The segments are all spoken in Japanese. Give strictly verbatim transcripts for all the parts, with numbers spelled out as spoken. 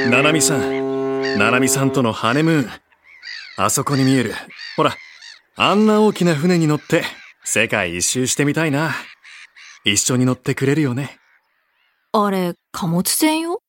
ななみさん、ななみさんとのハネムーン。あそこに見える。ほら、あんな大きな船に乗って世界一周してみたいな。一緒に乗ってくれるよね。 あれ、貨物船よ。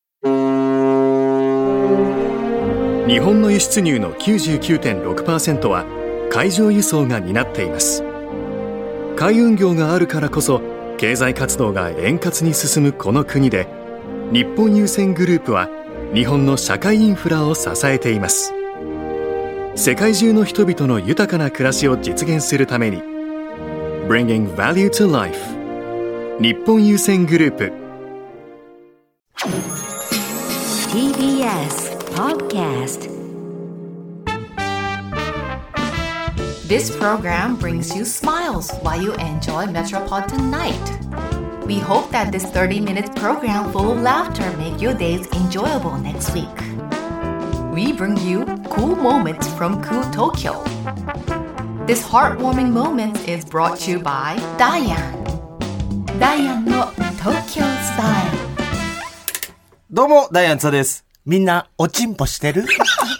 日本の輸出入の きゅうじゅうきゅうてんろくパーセント は海上輸送が担っています。海運業があるからこそ経済活動が円滑に進むこの国で、日本郵船グループは日本の社会インフラを支えています。世界中の人々の豊かな暮らしを実現するために Bringing Value to Life 日本郵船グループ。 ティービーエス Podcast. This program brings you smiles while you enjoy Metropolitan Night. We hope that this thirty-minute program full of laughter make your days enjoyable next week. We bring you cool moments from cool Tokyo. This heartwarming moment is brought to you by Diane. Diane の Tokyo Style。 どうも、ダイアンツァです。みんな、おちんぽしてる？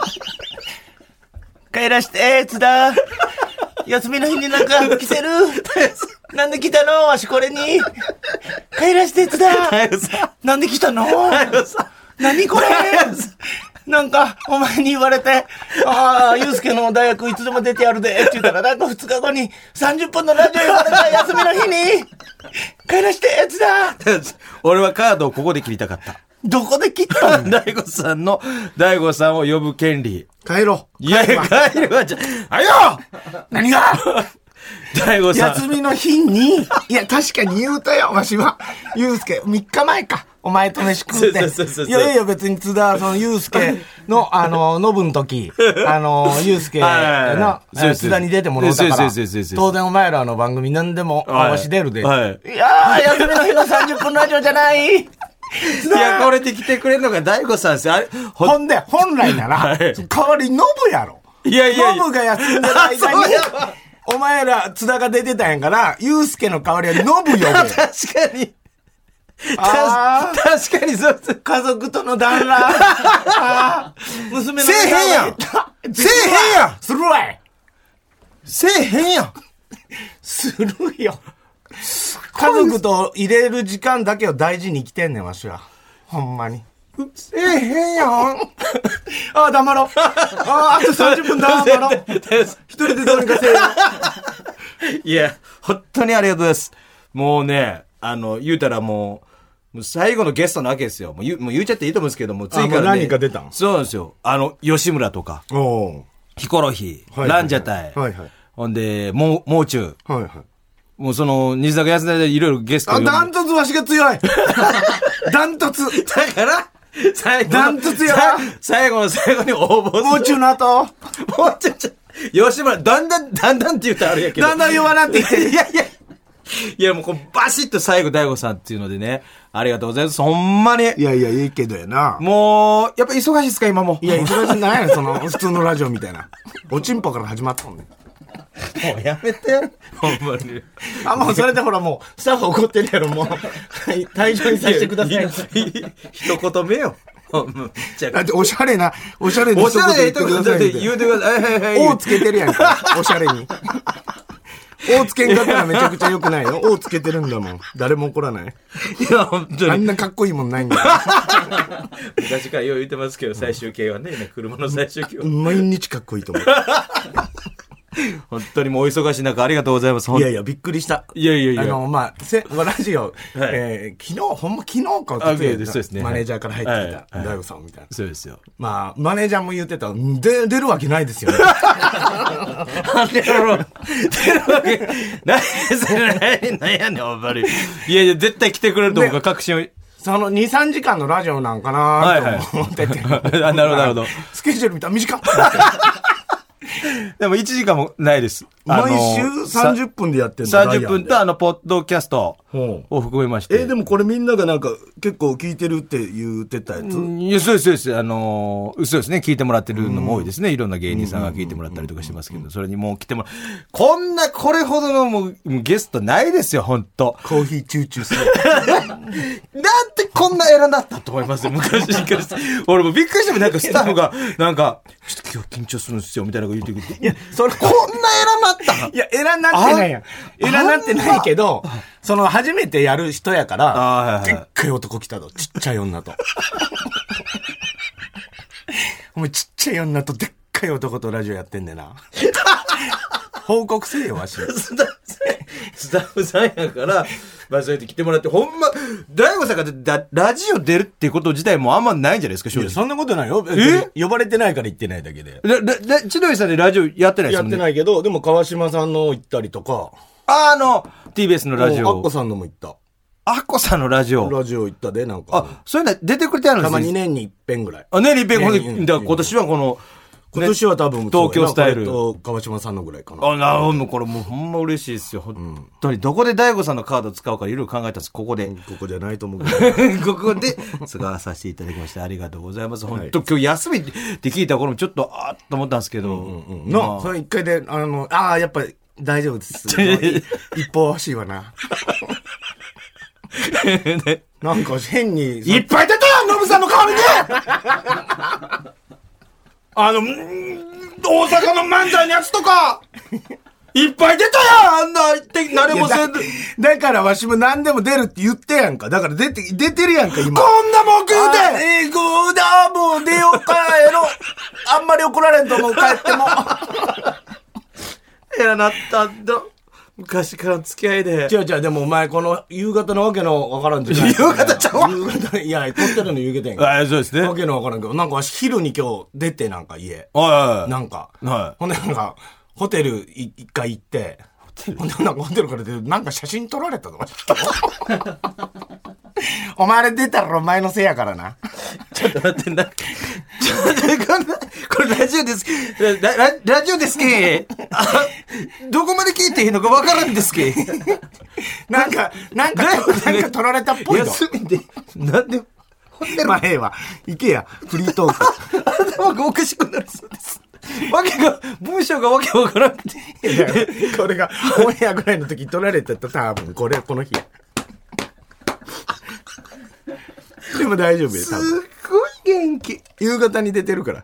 帰らして、津田。休みの日になんか来てる？なんで来たの？わしこれに。帰らして、津田。なんで来たの？何これ？なんか、お前に言われて、ああ、ゆうすけの大学いつでも出てやるで、って言ったら、なんかふつかごにさんじゅっぷんのラジオ呼ばれた休みの日に、帰らして、やつだ。 俺はカードをここで切りたかった。 どこで切ったの？ 大悟さんの、大悟さんを呼ぶ権利。 帰ろう。いやいや、帰るわ、じゃ、あよ何が大悟さん。 休みの日に、いや、確かに言うたよ、わしは。ゆうすけ、みっかまえか。お前と飯食うて。 そうそうそうそう。 いやいや、別に津田、その、ゆうすけの、あの、ノブの時、あの、ゆうすけの、津田に出てもらったから、当然お前らの番組何でも、わし出るで。 はい。 いやー、休みの日のさんじゅっぷんラジオじゃない。いや、これで来てくれるのが大悟さんですよ。あれ、 ほんで、本来なら、はい、代わりノブやろ。 いやいやいや。 ノブが休んでる間に、お前ら、津田が出てたんやから、ゆうすけの代わりはノブ呼べ。 確かに。あ確かにそうです。 家族との団らん。あ娘のせえへんやん。せえへんやん。 するわい。 せえへんやん。 するよ。家族と入れる時間だけを大事に生きてんねん、わしは。ほんまに。 せえへんやん。 ああ、黙ろう。ああ、あとさんじゅっぷん黙ろう。一人でどうにかせえよ。 いや、本当にありがとうございます。もうね、あの、言うたらもう、もう最後のゲストなわけですよ。もう言う、もう言っちゃっていいと思うんですけども、 次からね。何か出たん？ そうなんですよ。あの、吉村とか、 おヒコロヒー、はいはいはい、ランジャタイ、はいはい、ほんで、もう、もう中、はいはい、もうその、西坂安田でいろいろゲストあ、ダントツわしが強い。ダントツ。 だから、最後の、 ダントツや。 最後の最後に応募する。 もう中の後。もう中、吉村、だんだん、だんだんって言ったらあるやけど。 だんだん弱なって言って。 いやいや。いやもうこうバシッと最後大悟さんっていうのでね、ありがとうございます。ほんまに。 いやいや、いいけどやな。 もう、やっぱ忙しいっすか今も。 いや、忙しいないやん、その、普通のラジオみたいな。おちんぽから始まったもんね。 もうやめてよ。ほんまに。 あ、もうそれでほらもう、スタッフ怒ってるやろ、もう。はい、退場にさせてください。 一言目よ。 だっておしゃれな、おしゃれな一言言ってください。 言うてください。はいはいはい。 おつけてるやんか、おしゃれに。おつけんかったらめちゃくちゃ良くないよ。おつけてるんだもん。誰も怒らない。 いや、本当に。 あんなかっこいいもんないんだよ。 昔からよう言ってますけど、最終形はね、車の最終形は。 毎日かっこいいと思う。 本当にもうお忙しい中ありがとうございます。 いやいや、びっくりした。 いやいやいや。 あの、まあ、せ、ラジオ、はい、えー、昨日、ほんま昨日か、 そうですね。 マネージャーから入ってきた、大悟さんみたいな。 そうですよ。 まあ、マネージャーも言ってた、で、出るわけないですよね。 出るわけ、ないですよね。なんやねん、おばり。いやいや、絶対来てくれると僕は確信を。 そのに、さんじかんのラジオなんかなと思ってて。はいはい、 あ、なるほど、なるほど。 スケジュール見たら短っ。 でもいちじかんもないです。 毎週さんじゅっぷんでやってんの？ さんじゅっぷんとあの、ポッドキャストを含めまして。 え、でもこれみんながなんか結構聞いてるって言ってたやつ？ いや、そうです、そうです。あのー、そうですね。聞いてもらってるのも多いですね。いろんな芸人さんが聞いてもらったりとかしてますけど、それにもう来てもらう。こんな、これほどのもうゲストないですよ、ほんと。 コーヒーチューチューする。 てこんなエラになったと思いますよ、昔からして。俺もびっくりしても、なんかスタッフが、なんか、ちょっと今日緊張するんですよ、みたいなこと言ってくれて。いや、 それ、 こんなエラになったいや、エラになってないやん。エラになってないけど、その、初めてやる人やから、 はいはい、 でっかい男来たと。ちっちゃい女と。お前ちっちゃい女とでっかい男とラジオやってんねんな。報告せえよ、わし。 スタスタッフさんやから、まあそうやって来てもらって、ほんま、大悟さんがだラジオ出るっていうこと自体もあんまないんじゃないですか、正直。 いや、そんなことないよ。 え呼ばれてないから行ってないだけで。 ら、ら、千鳥さんでラジオやってないですもんね。 やってないけど、でも川島さんの行ったりとか。 あ、あの、ティービーエス のラジオ。 アッコさんのも行った。 アッコさんのラジオ。 ラジオ行ったで、なんか。 あ、そういうの出てくれてあるんですか？ たまに年に一遍ぐらい。 あ、年に一遍、ほんで、だから今年はこの、 今年は多分、 東京スタイル。 と川島さんのぐらいかな。 あ、なるほど。これもうほんま嬉しいですよ。本当に。どこで大悟さんのカード使うかいろいろ考えたんです。ここで。 ここじゃないと思うけど。ここで使わさせていただきましてありがとうございます。本当、今日休みって聞いた頃もちょっと、あーっと思ったんですけど。うんうんうん。の、それ一回で、あの、ああ、やっぱり大丈夫です。一方欲しいわな。なんか変に。 いっぱい出たよノブさんの代わりにあの、大阪の漫才のやつとかいっぱい出たやんあんな、ってなれもせんだ。 だからわしも何でも出るって言ってやんか。だから出て、出てるやんか、今。 こんなもん食うてえー、ごだ、もう出ようか、やろ。あんまり怒られんと思う、帰っても。 いや、なったんだ。昔からの付き合いで。 違う違う、でもお前この夕方のわけのわからんじゃない。 夕方ちゃうわ。 夕方、いや、撮ってるの夕方やんか。 ああ、そうですね。 わけのわからんけど、なんかわし昼に今日出てなんか家。 はい。 なんか。 はい。 ほんでなんか、ホテル一回行って、ほんでなんかホテルから出て、なんか写真撮られたのお前あれ出たらお前のせいやからな。 ちょっと待ってんだ。ちょっと待って、こんな、これラジオです。ラ、ラ、ラジオですけあ、どこまで聞いていいのかわからんですけなんか、なんか、なんか撮られたっぽいの。 休みで、なんで、 ほんでまあええわ。行けや、フリートーク。 頭がおかしくなるそうです。わけが、文章がわけわからんって。 いや、これが、オンエアぐらいの時撮られてた多分、これ、この日。でも大丈夫よ、多分。 すっごい元気。 夕方に出てるから。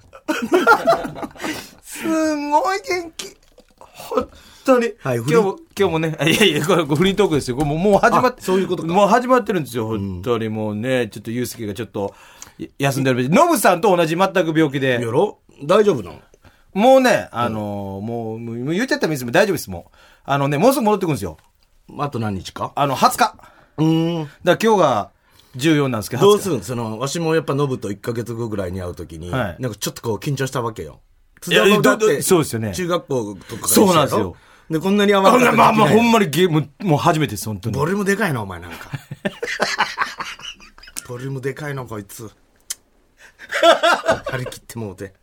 すごい元気。本当に。 はい、 今日も、今日もね、いやいや、これフリートークですよ。これもうもう始まって、 そういうことか。 もう始まってるんですよ、本当にもうね、ちょっとゆうすけがちょっと、休んでる。ノブさんと同じ全く病気で。 やろ？大丈夫なの？ もうね、あのー、もう、もう言っちゃったらいいですもん。大丈夫です、もう。あのね、もうすぐ戻ってくるんですよ。 あと何日か？ あの、はつか。 うーん。 だから今日がじゅうよんなんですけど。 どうするん？その、わしもやっぱノブといっかげつごぐらいに会うときに、はい、なんかちょっとこう緊張したわけよ。 いや、だってそうですよね。 中学校とかそうなんですよ。 で、こんなに甘かった。 まあまあ、ほんまにゲーム、もう初めてです、本当に。 ボリュームでかいな、お前なんか。ボリュームでかいな、こいつ。張り切ってもうて。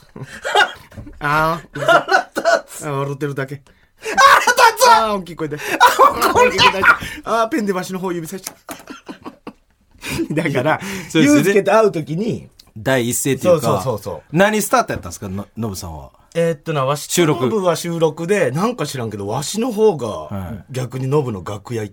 ああ、腹立つ。ああ、笑ってるだけ。 腹立つああ、大きい声で。あこれああ、ペンでわしの方指さして。だから、ゆうすけと会うときに、 第一声っていうか、 そうそうそうそう。 何スタートやったんですか、の、のぶさんは。 えー、っとな、わしとノブは収録で、なんか知らんけど、わしの方が、逆にノブの楽屋行って、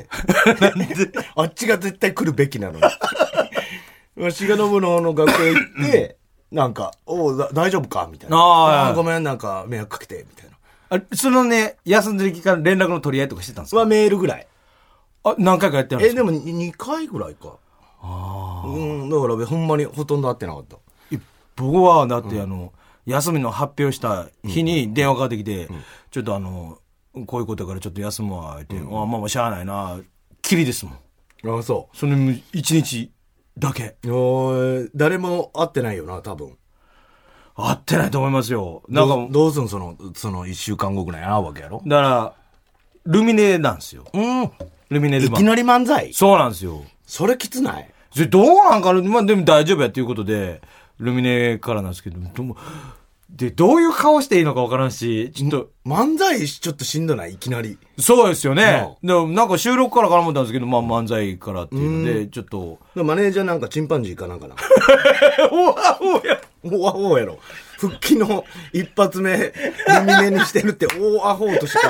はい、あっちが絶対来るべきなのに。わしがノブの方の楽屋行って、なんか、おう、大丈夫かみたいな。ああ、ごめん、なんか、迷惑かけて、みたいな。 あ、そのね、休んでる期間連絡の取り合いとかしてたんですか？ はメールぐらい。 あ、何回かやってるんですか？ え、でもにかいぐらいか。ああ。うん、だからほんまにほとんど会ってなかった。 僕は、だって、うん、あの、休みの発表した日に電話かかってきて、うん、ちょっとあの、こういうことだからちょっと休むわ、って、うん、あまあまあしゃあないな、きりですもん。 ああ、そう。 その一日だけ。 お誰も会ってないよな、多分。 会ってないと思いますよ。なんかどう、どうすんその、その一週間後ぐらいに会うわけやろ？ だから、ルミネなんですよ。 うん。 ルミネで。 いきなり漫才？ そうなんですよ。 それきつない？ それどうなんかな？まあでも大丈夫やっていうことで、ルミネからなんですけど、どうで、どういう顔していいのかわからんし、ちょっと。 漫才ちょっとしんどない？いきなり。 そうですよね。でもなんか収録からかな思ったんですけど、まあ漫才からっていうので、ちょっと。 マネージャーなんかチンパンジーかなんかな。 おわおや。 おアホやろ。復帰の一発目、ルミネにしてるって、大アホとしか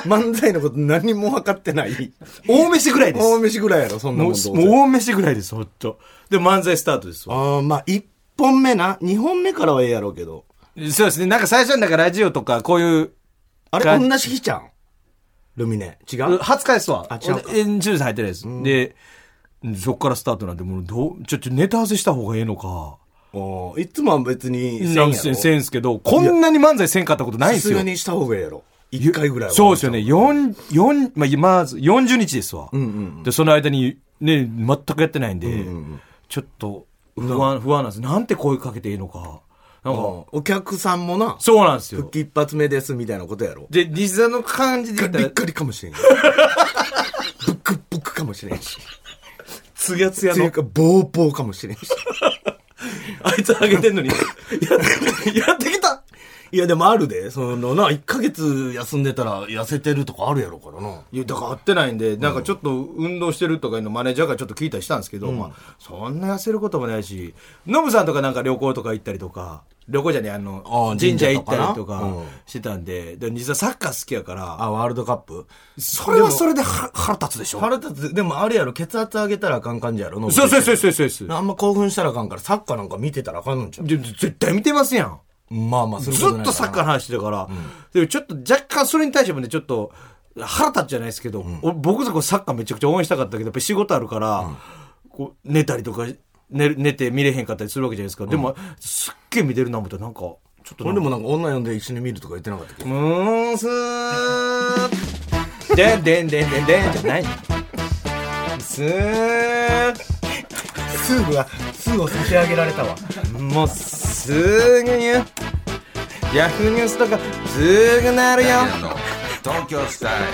漫才のこと何も分かってない。 大飯ぐらいです。 大飯ぐらいやろ、そんなもんどうせ。 もう大飯ぐらいです、ほんと。で、漫才スタートですわ。 ああ、まあ、いっぽんめな。にほんめからはええやろうけど。 そうですね。なんか最初になんかラジオとか、こういう。 あれ、同じ日ちゃんルミネ。違う？ はつかですわ。 あ、違うか。 え、ジュース入ってないです。で、そっからスタートなんで、もうどう、ちょっとネタ合わせした方がええのか。 おいつもは別にせんやろ。せんすけど、こんなに漫才せんかったことないんですよ。 さすがにした方がええやろ。いっかいぐらいは。 そうですよね。四、四、まあ、まずよんじゅうにちですわ。 うんうんうん、 で、その間に、ね、全くやってないんで、うんうんうん、ちょっと不安、不安なんです。なんて声かけていいのか。なんか、 お客さんもな。 そうなんですよ。 復帰一発目ですみたいなことやろ。 で、リザの感じで言ったら。 びっくりかもしれん。ブクブクかもしれんし。 つやつやの。 つやか、ボーボーかもしれんし。 あいつあげてんのに。やってやってきた。 いやでもあるで、そのな、いっかげつ休んでたら痩せてるとかあるやろからな。 いや、だから会ってないんで、なんかちょっと運動してるとかいうのマネージャーがちょっと聞いたりしたんですけど、うん、まあ、そんな痩せることもないし、ノブさんとかなんか旅行とか行ったりとか、旅行じゃねえ、あの、あ神社行ったりとかしてたんで、で、実はサッカー好きやから。 あ、ワールドカップそれはそれで腹立つでしょ。 腹立つ。でもあれやろ、血圧上げたらあかん感じやろ、ノブ。 そうそうそうそうそう。 あんま興奮したらあかんから、サッカーなんか見てたらあかんのんちゃう。 絶対見てますやん。 まあまあ、 ずっとサッカーの話してたから、うん、でもちょっと若干それに対してもね、ちょっと腹立つじゃないですけど、うん、僕とかサッカーめちゃくちゃ応援したかったけど、やっぱ仕事あるから、うん、こう寝たりとか寝、寝て見れへんかったりするわけじゃないですか。うん、でも、すっげえ見てるな思ったらなんか、ちょっと。 これでもなんか女呼んで一緒に見るとか言ってなかったっけ？ うーん、すー。でんでんでんでんでんじゃない。すー。 スーが、スーを差し上げられたわ。 もう、すぐに、ヤフーニュースとか、すぐなるよ。東京スタイ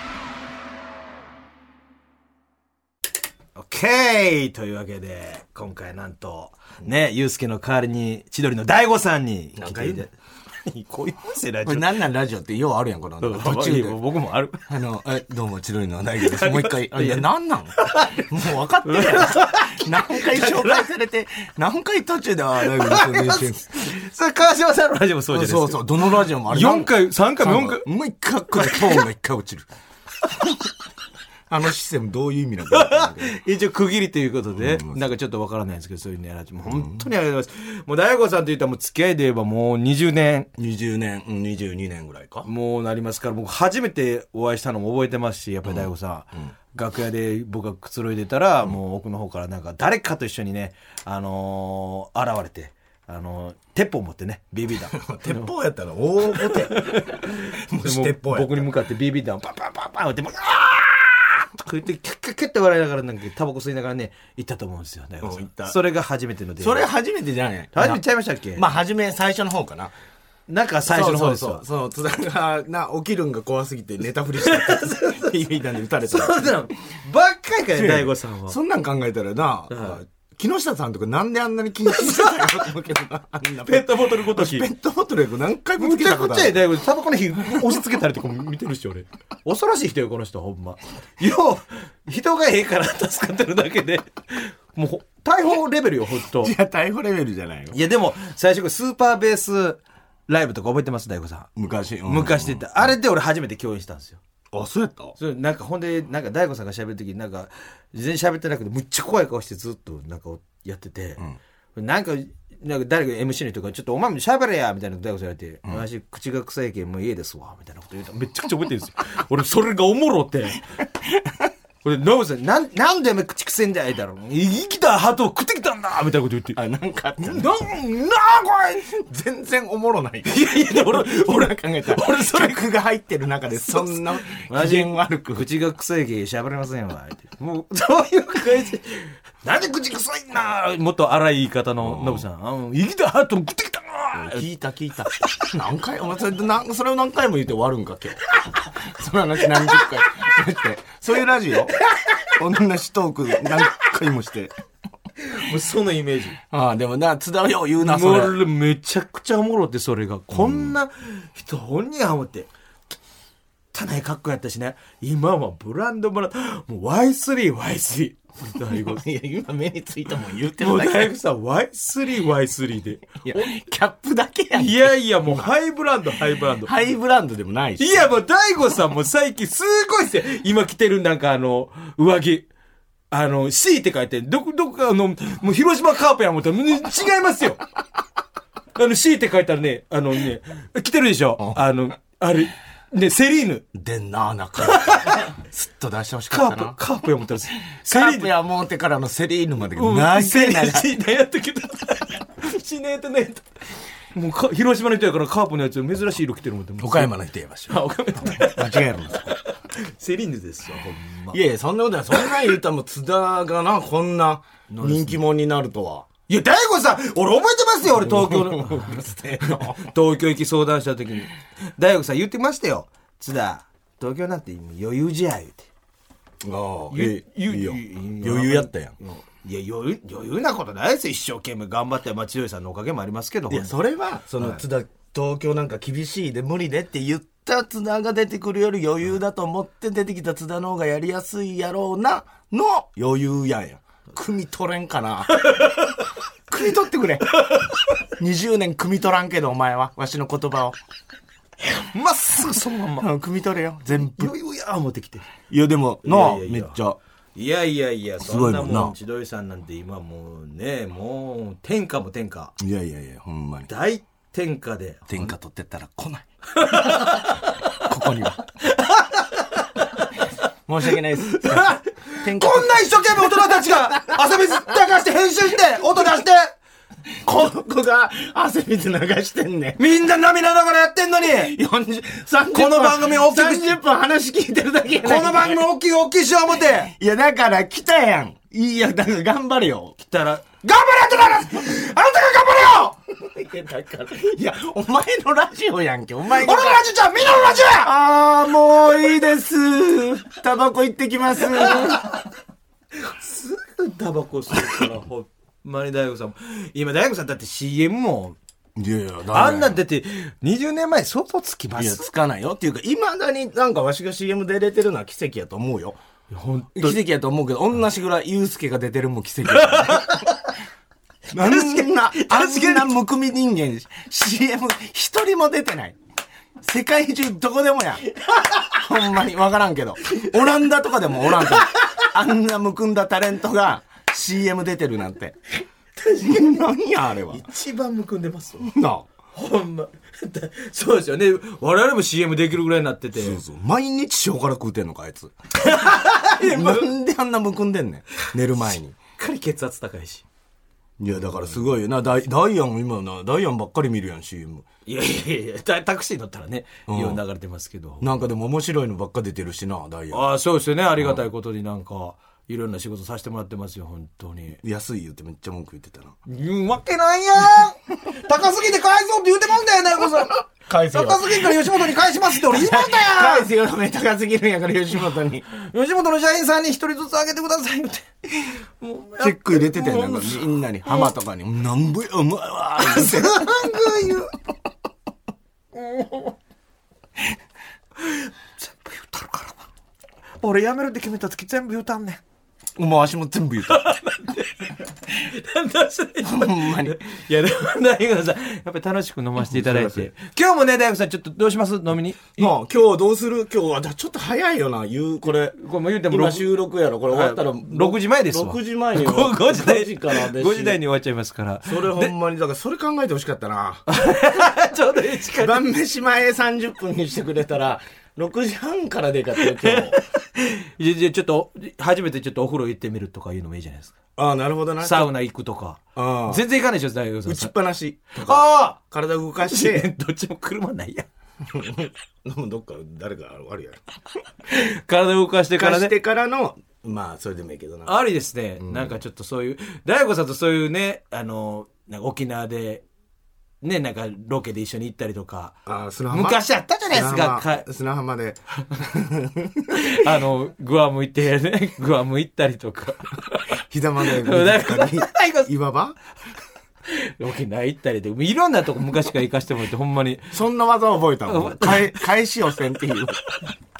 ル。オッケーというわけで、今回なんと、ね、ゆうすけの代わりに、千鳥の大悟さんに来ていて。こういうせラジオ。 これなんなんラジオってようあるやん、この途中で。 僕もある。 あの、え、どうも、千鳥の大悟です。もう一回。いや、なんなんもう分かってるやん。何回紹介されて、何回途中で、あ、大悟です。 それ、川島さんのラジオもそうじゃないですか。 そうそう、どのラジオもある。 よんかい、さんかいもよんかい。 もう一回、これ、トーンが一回落ちる。あのシステムどういう意味なんだ一応区切りということで、うん、なんかちょっとわからないんですけど、そういうね、もう本当にありがとうございます。もう大悟さんと言ったらもう付き合いで言えばもうにじゅうねん。 にじゅうねん、うん、にじゅうにねんぐらいか。 もうなりますから、僕初めてお会いしたのも覚えてますし、やっぱり大悟さん、うんうん、楽屋で僕がくつろいでたら、うん、もう奥の方からなんか誰かと一緒にね、あのー、現れて、あのー、鉄砲持ってね、ビービー弾。 鉄砲やったら大ごて。 もし鉄砲や僕に向かって ビービー 弾をパンパンパンパン打って、もう、あーとか言って、キャッキャッキャッって笑いながらなんかタバコ吸いながらね、行ったと思うんですよね。それが初めての出会い。 それ初めてじゃない。 初めてちゃいましたっけ？ まあ初め、最初の方かな。 なんか最初の方ですよ。 そうそうそう。津田が、な、起きるんが怖すぎてネタ振りしてた。ビービー弾で撃たれた。 そうだ。ばっかりかよ、大悟さんは。 そんなん考えたらな、木下さんとかなんであんなに気にしてたのと思うけどな。あんなペットボトルごとき。 ペットボトルや何回もつけたことある。 むちゃくちゃや、大悟。タバコの火押し付けたりとか見てるし、俺。恐ろしい人よ、この人、ほんま。よう、人がええから助かってるだけで。もう、逮捕レベルよ、ほんと。 いや、逮捕レベルじゃないよ。 いや、でも、最初、スーパーベースライブとか覚えてます、大悟さん。 昔。 うん、昔って言った。あれで俺初めて共演したんですよ。 あ、そうやった？ そう、なんかほんで、なんか大悟さんが喋るとき、なんか、全然喋ってなくて、むっちゃ怖い顔してずっと、なんか、やってて、うん、なんか、なんか誰か エムシー の人が、ちょっとお前も喋れやみたいなこと大悟さん言われて、うん、私、口が臭いけんもう家ですわ、みたいなこと言うたら、めちゃくちゃ覚えてるんですよ。俺、それがおもろって。俺、ノブさん、なん、なんでお前口臭いんだよ、だろ。生きた鳩を食ってきたんだみたいなこと言って。 あ、なんかあったな。 な、なあ、これ全然おもろない。 いやいや、俺、俺考えた。俺、それ。客が入ってる中で、そんな、機嫌悪く。 口が臭いけ喋れませんわ、って。もう、そういう感じ。なんで口臭いんだもっと荒い言い方のノブさん。生きた鳩を食ってきたな聞いた聞いた。何回お前それな、それを何回も言って終わるんか、今日。その話何十回。そういうラジオ同じトーク何回もして。 もうそのイメージ。 ああ、でもな、津田よう言うな、それ。 もうめちゃくちゃおもろって、それが。こんな人本人は思って。汚い格好やったしね。今はブランドブランド。もう ワイスリー、ワイスリー。 大悟さん。 いや、今目についたもん言ってもうるだけ。 大悟さん ワイスリー、ワイスリー で。 いや、キャップだけやん。 いやいや、もうハイブランド、ハイブランド。 ハイブランドでもないし。 いや、もう大悟さんも最近すごいっすよ。今着てるなんかあの、上着。あの、C って書いて、どこ、どこかあの、もう広島カープや思ったら、違いますよ。あの C って書いたらね、あのね、着てるでしょ。あの、あれ、ね、セリーヌ。 でんな、中。すっと出してほしかカープ、 ったな。 カープや思ったら、セカープや思うてからのセリーヌまでが長セリいな。 ーヌやったけど、しねえとねえと。もうか、広島の人やからカープのやつ珍しい色着てるもんって。 岡山の人やばし。 あ、岡山の人。 間違えるんですか。 セリーヌですよ、ほんま。 いやいや、そんなことない。そんなん言うたらもう津田がな、こんな人気者になるとは。 いや、大悟さん、俺覚えてますよ、俺東京の。東京行き相談した時に。大悟さん言ってましたよ。津田、東京なんて余裕じゃ、言うて。 ああ、 ゆゆいいよゆ余裕やったやん。 いや、余裕、余裕なことないですよ。一生懸命頑張って、まあ、千鳥さんのおかげもありますけど。 いや、それは、その津田、東京なんか厳しいで無理でって言った津田が出てくるより余裕だと思って出てきた津田の方がやりやすいやろうな、の余裕やんや。汲み取れんかな。汲み取ってくれ。にじゅうねん汲み取らんけど、お前は。わしの言葉を。 まっすぐそのまんま。 うん、汲み取れよ。全部。 余裕や、思ってきて。 いや、でも、 いやなあ、 いやいやめっちゃ。 いやいやいや、 すそんなごいもんなもん、千鳥さんなんて今もうね、もう、天下も天下。 いやいやいや、ほんまに。 大天下で。 天下取ってったら来ない。ここには。申し訳ないです。天下こんな一生懸命大人たちが汗水流して編集して音出してこの子が汗水流してんねん。 みんな涙ながらやってんのによんじゅう、さんじゅっぷんこの番組大きくさんじゅっぷん話聞いてるだけやこの番組大きい大きいしよう思っていや、だから来たやん。いや、だから頑張れよ。 来たら、頑張れってなるあなたが頑張れよいや、だから、いや、お前のラジオやんけ。お前俺のラジオちゃんみんなのラジオやあー、もういいです。タバコ行ってきます。 すぐタバコ吸うから、ほんまに大悟さんも。今大悟さんだって シーエム も、 いやいや、 あんなんだってにじゅうねんまえ相当つきまいや、 す。 つかないよ。っていうか、未だになんかわしが シーエム 出れてるのは奇跡やと思うよ。 本奇跡やと思うけど、同じぐらいユースケが出てるも奇跡やから。あんな、あんなむくみ人間、シーエム 一人も出てない。世界中どこでもや。ほんまにわからんけど。オランダとかでもおらんけど。あんなむくんだタレントが シーエム 出てるなんて。何やあれは。 一番むくんでますわ。 なあ。 ほんま。そうですよね。我々も シーエム できるぐらいになってて。 そうそう。毎日塩辛食うてんのか、あいつ。なんであんなむくんでんねん。寝る前に。 しっかり血圧高いし。 いや、だからすごいよな。ダイダイアン今な、ダイアンばっかり見るやん、シーエム。 いやいやいや、タタクシー乗ったらね、 うんよう流れてますけど。 なんかでも面白いのばっか出てるしな、ダイアン。 ああ、そうですよね。ありがたいことになんか、いろんな仕事させてもらってますよ、本当に。 安い言うてめっちゃ文句言ってたな。 うん、わけないやん高すぎて返そうって言うてもんだよ、大悟さん。 返せよ。 高すぎるから吉本に返しますって俺言いましたや返せよ、めっちゃ高すぎるんやから、吉本に。 ん吉本の社員さんに一人ずつあげてくださいって。もうチェック入れてたよ、なんかみんなに、浜とかに。なんぼや、うまいわーって。 すぐ言う。全部言うたるからな。俺辞めるって決めた時全部言うたんねん。 もう足も全部言うた。 なんだそれ。 ほんまに。 いや、でも、大悟さん、やっぱり楽しく飲ませていただいて。今日もね、大悟さん、ちょっとどうします飲みに。 なあ、今日どうする今日は、じゃあちょっと早いよな、言う、これ。 これも言うても今収録やろ、これ終わったら。 ろくじまえですわ。 ろくじまえに。 ごじ台ごじからで。 ごじ台に終わっちゃいますから。 それほんまに、だからそれ考えてほしかったな。 ちょうどいい時間。 晩飯前さんじゅっぷんにしてくれたら、ろくじはんからでいいかってよ、今日。 いやいやちょっと、初めてちょっとお風呂行ってみるとかいうのもいいじゃないですか。 ああ、なるほどな。 サウナ行くとか。 ああ。 全然行かないでしょ、大悟さん。 打ちっぱなし。 ああ体動かして。 どっちも車ないやん。 もうどっか誰かあるやん。 体動かしてからね。 動かしてからの、まあ、それでもいいけどな。 ありですね、うん。なんかちょっとそういう、大悟さんとそういうね、あの、なんか沖縄で、ね、なんかロケで一緒に行ったりとか。 ああ、砂浜。 昔あったじゃないですか。 砂浜、砂浜で。 あの、グアム行ってね、グアム行ったりとか。 膝まで。岩場沖縄行ったりで、いろんなとこ昔から行かしてもらって、ほんまに。 そんな技を覚えたの返、返しをせんっていう。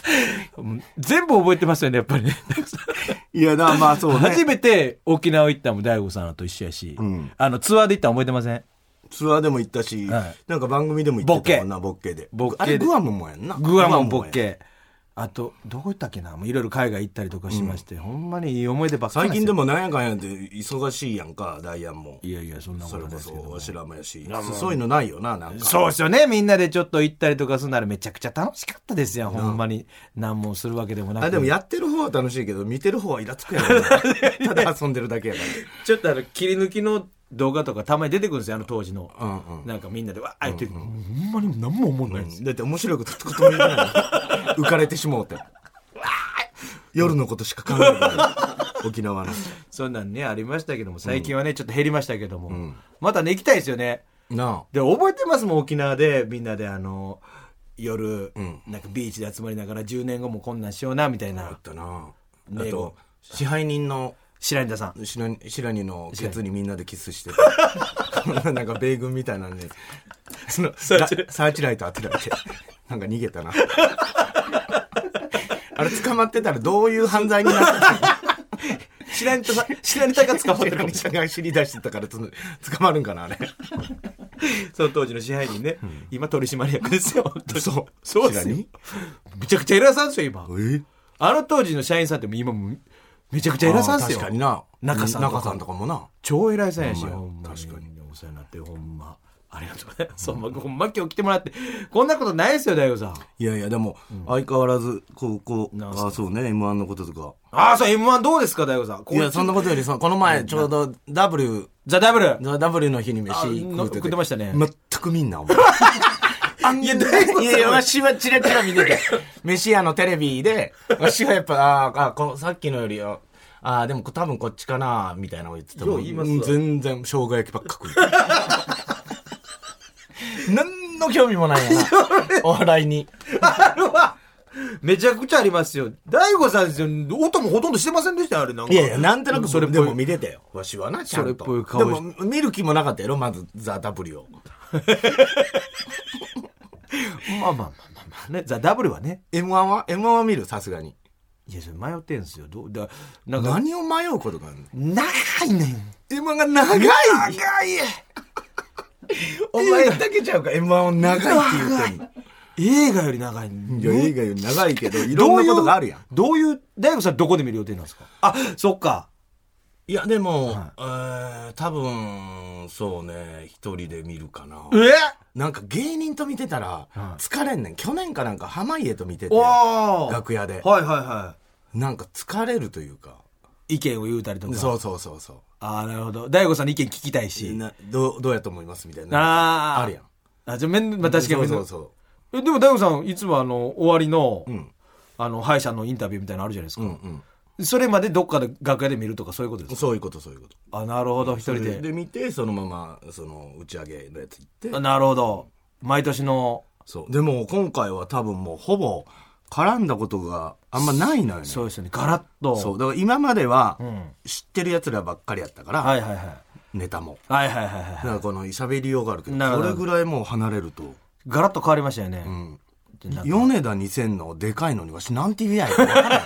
全部覚えてますよね、やっぱりね。 いやだ、まあそうね。 初めて沖縄行ったのも大悟さんと一緒やし、うん、あのツアーで行ったの覚えてません？ ツアーでも行ったし、はい、なんか番組でも行ってたもんな、ボッケで。 ボッケで。 あれグアムもやんな。 グアムもボッケ。あと、どこ行ったっけな、もういろいろ海外行ったりとかしまして、うん、ほんまにいい思い出ばっかり。 最近でもなんやかんやって忙しいやんか、ダイアンも。 いやいや、そんなことないですけど。 それこそ、わしらもやし。そういうのないよな、なんか。 そうですよね。みんなでちょっと行ったりとかするならめちゃくちゃ楽しかったですよ、ほんまに。何もするわけでもなく。 あ、でもやってる方は楽しいけど、見てる方はイラつくやろ。ただ遊んでるだけやから。 ちょっとあの、切り抜きの動画とかたまに出てくるんですよ、あの当時の。 うんうん、 なんかみんなでわーって、うんうん、ほんまに何も思んないんです、 うん、だって面白いこと一言も言えない。浮かれてしもうて。夜のことしか考えてない沖縄のそんなんねありましたけども、最近はね、うん、ちょっと減りましたけども、うん、またね行きたいですよね。 なあで覚えてますもん、沖縄でみんなであの夜、うん、なんかビーチで集まりながらじゅうねんごもこんなんしようなみたいな。 あったな。あと支配人の白仁さん、 白仁のケツにみんなでキスしてたなんか米軍みたいなんでそのサーチライト当てられてなんか逃げたなあれ捕まってたらどういう犯罪になってたの白仁さん、白仁さんが捕まってるかもしれない。 白仁さんが知り出してたから捕まるんかなあれその当時の支配人ね、うん、今取締役ですよ。 そうそうですよ。めちゃくちゃ偉さんですよ今。 えあの当時の社員さんって今もめちゃくちゃ偉さんですよ。 確かにな。 中さんとか中さんとかもな超偉いさんやし、ほんま確かにお世話になってほんまありがとうございます。ほんまほんま今日来てもらってこんなことないですよ大悟さん。 いやいやでも、うん、相変わらずこうこうああそうね エムワン のこととか。 ああそう エムワン どうですか大悟さん。 いやそんなことよりそのこの前ちょうど W ザ W ザ W の日に飯食ってて食ってましたね。 全くみんなお前いや、いやいや、わしはチラチラ見てて。飯屋のテレビで、わしはやっぱ、ああ、こさっきのよりよ、ああ、でも多分こっちかな、みたいなのを言ってても、全然、生姜焼きばっか食う。何の興味もないやな。お笑いに。 あるわ。めちゃくちゃありますよ。大悟さんですよ。音もほとんどしてませんでしたよ、あれなんか。 いやいや、なんとなくそれでも見てたよ。わしはな、ちゃんと。それっぽい顔でも、見る気もなかったやろ、まず、ザ・ダブリューを。 まあまあまあまあまあね。ザ・ダブルはね。 エムワン は エムワン は見るさすがに。 いや、それ迷ってんすよ。どうだなんか何を迷うことがあるの？長いねん。 エムワン が長い長いお前だけちゃうか、エムワン を長いって言ってんの。 映画より長い。 いや、映画より長いけど、いろんなことがあるやん。 どういう、大悟さんどこで見る予定なんですか？あ、そっか。 いや、でも、はい、えー、多分、そうね、一人で見るかな。 えなんか芸人と見てたら、疲れんねん。去年かなんか濱家と見てて、楽屋で。 はいはいはい。 なんか疲れるというか。 意見を言うたりとか。 そうそうそうそう。 ああ、なるほど。大悟さんの意見聞きたいし。 などう、どうやと思いますみたいな。 ああ。 あるやん。 あ、じゃあ、めん、まあ、確かに。 そうそうそう。 え、でも大悟さん、いつもあの、終わりの、うん、あの、歯医者のインタビューみたいなのあるじゃないですか。うんうんそれまでどっかで楽屋で見るとかそういうことですか？ そういうことそういうこと。 あ、なるほど。一人でで見てそのままその打ち上げのやつ行って。 あ、なるほど。毎年の。 そうでも今回は多分もうほぼ絡んだことがあんまないのよね。 そうですよね。ガラッと。 そうだから今までは知ってるやつらばっかりやったから、 うん、はいはいはい。 ネタもはいはいはいはい。 だからこの喋りようがあるけどこれぐらいもう離れるとガラッと変わりましたよね。うん。 米田にせんのでかいのにわしなんて言えやんか分から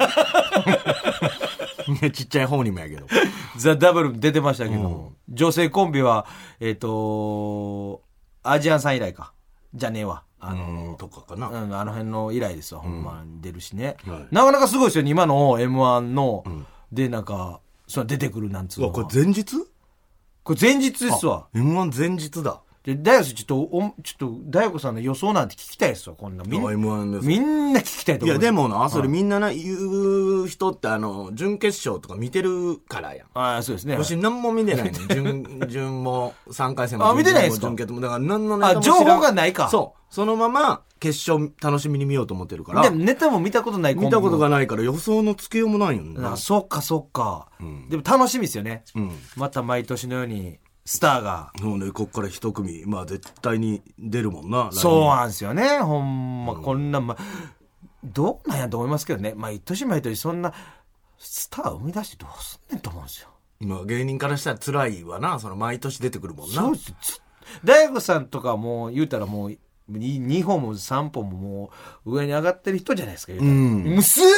んちっちゃい方にもやけどザ・ダブル出てましたけど、うん、女性コンビはえっ、ー、とアジアンさん以来かじゃねえわあの、 うん、とかかな、 うん、あの辺の以来ですわ、うん、ほんまに出るしね、はい、なかなかすごいですよね今の エムワン の、うん、でなんかその出てくるなんつうのこれ前日これ前日ですわエムワン 前日だで大悟さんちょっとおちょっと大悟さんの予想なんて聞きたいですよこんなみんなエムワン ですみんな聞きたいと思う。 いやでもなそれみんなな言う人ってあの準決勝とか見てるからやん。 ああそうですね。 私何も見てないの準準もさんかい戦もあ見てないですか。 準決もだから何のネタもあ情報がないか。 そうそのまま決勝楽しみに見ようと思ってるから。でネタも見たことない。 見たことがないから予想のつけようもないよね。 あそっかそっか、うん、でも楽しみですよね、うん、また毎年のようにスターがそうねこっから一組まあ絶対に出るもんな。 そうなんですよねほんま、うん、こんな、ま、どうなんやと思いますけどね毎年毎年そんなスター生み出してどうすんねんと思うんですよ。 まあ芸人からしたら辛いわなその毎年出てくるもんな。 そうです大悟さんとかもう言うたらもうにほんもさんぽんももう上に上がってる人じゃないですか。 うん。 もうすごい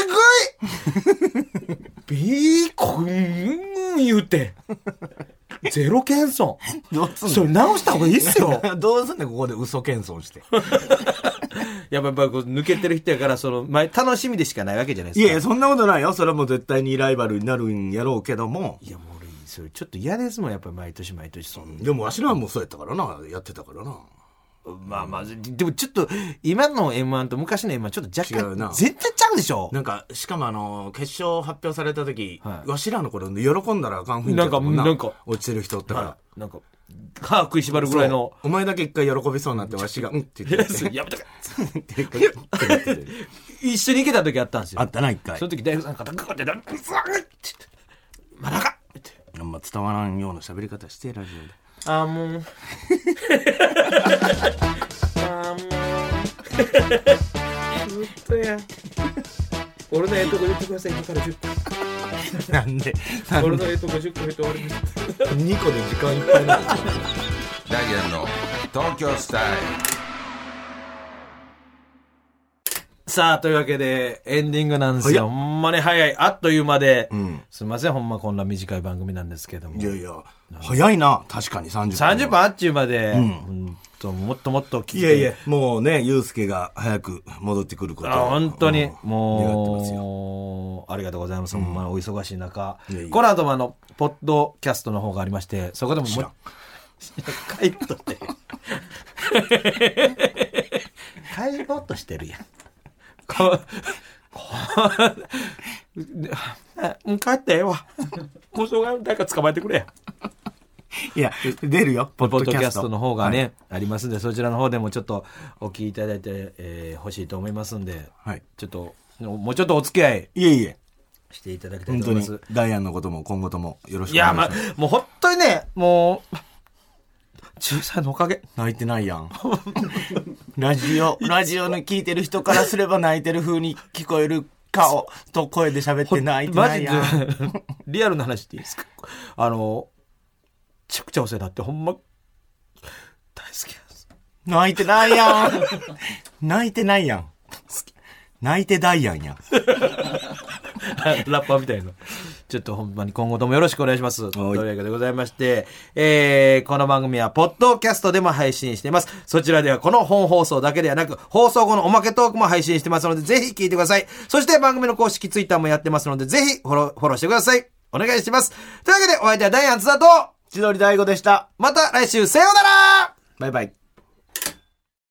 ビーコン言うて。ゼロ謙遜。 どうすんの？ それ直した方がいいっすよ。 どうすんねん、ここで嘘謙遜して。 やっぱ、やっぱこう抜けてる人やから、その、前、楽しみでしかないわけじゃないですか。 いやいや、そんなことないよ。それはもう絶対にライバルになるんやろうけども。 いや、もう俺、それちょっと嫌ですもん、やっぱり毎年毎年そんな。 でもわしらはもうそうやったからな、やってたからな。 まあまあ、でもちょっと、今の エムワン と昔の エムワン ちょっと若干、 違うな全然ちゃうでしょ。 なんか、しかもあの、決勝発表された時、 はい、 わしらの頃、喜んだらあかん雰囲気だったもんな。 なんか、 落ちてる人ってから。 なんか、歯食いしばるぐらいの。 お前だけ一回喜びそうになって、わしが、うんって言って。 やめとけ一緒に行けた時あったんですよ。 あったな、一回。 その時大学さんからグーって、グーって、まだかって。 あんま伝わらんような喋り方して、ラジオで。 あーもう。あーもう。ずっとや。俺のええとこ言ってください、今からじゅっぷん。 なんで俺のええとこじゅっこ言って終わります。 にこで時間いっぱいになっちゃう。 ダイアンの東京スタイル。 さあ、というわけで、エンディングなんですよ。ほんまに早い。あっという間で。 うん、 すみません、ほんまこんな短い番組なんですけども。 いやいや、早いな。確かにさんじゅっぷん。 さんじゅっぷんあっちゅうまで、 うん、 うんともっともっと聞いて。 いやいや、もうね、ゆうすけが早く戻ってくることを。あ、本当に、 うん、 もう、 願ってますよ。 ありがとうございます。ほんまお忙しい中。 いやいや、 この後もあの、ポッドキャストの方がありまして、そこでももう、カイポットって。カイポットしてるやん。こう、帰ってええわ。もうしょうがない。誰か捕まえてくれ。 いや、出るよ。 ポッドキャストの方がね、はい、ありますんで、そちらの方でもちょっとお聞きいただいて、えー、欲しいと思いますんで、はい、ちょっと、もうちょっとお付き合い。 いえいえ。 していただきたいと思います。 本当に、ダイアンのことも今後ともよろしくお願いします。 いや、ま、もう本当にね、もう、中さんのおかげ。 泣いてないやん。ラジオ、ラジオの聞いてる人からすれば泣いてる風に聞こえる顔と声で喋って泣いてないやん。 リアルな話っていいですか？あの、めちゃくちゃお世話になってほんま、大好きです。 泣いてないやん。泣いてないやん。泣いてダイアンやん。 ラッパーみたいな。ちょっとほんまに今後ともよろしくお願いします。というわけでございまして、えー、この番組はポッドキャストでも配信しています。そちらではこの本放送だけではなく、放送後のおまけトークも配信してますので、ぜひ聞いてください。そして番組の公式ツイッターもやってますので、ぜひフォロー、フォローしてください。お願いします。というわけで、お相手はダイアン津田と、 千鳥大悟でした。 また来週、さようなら。 バイバイ。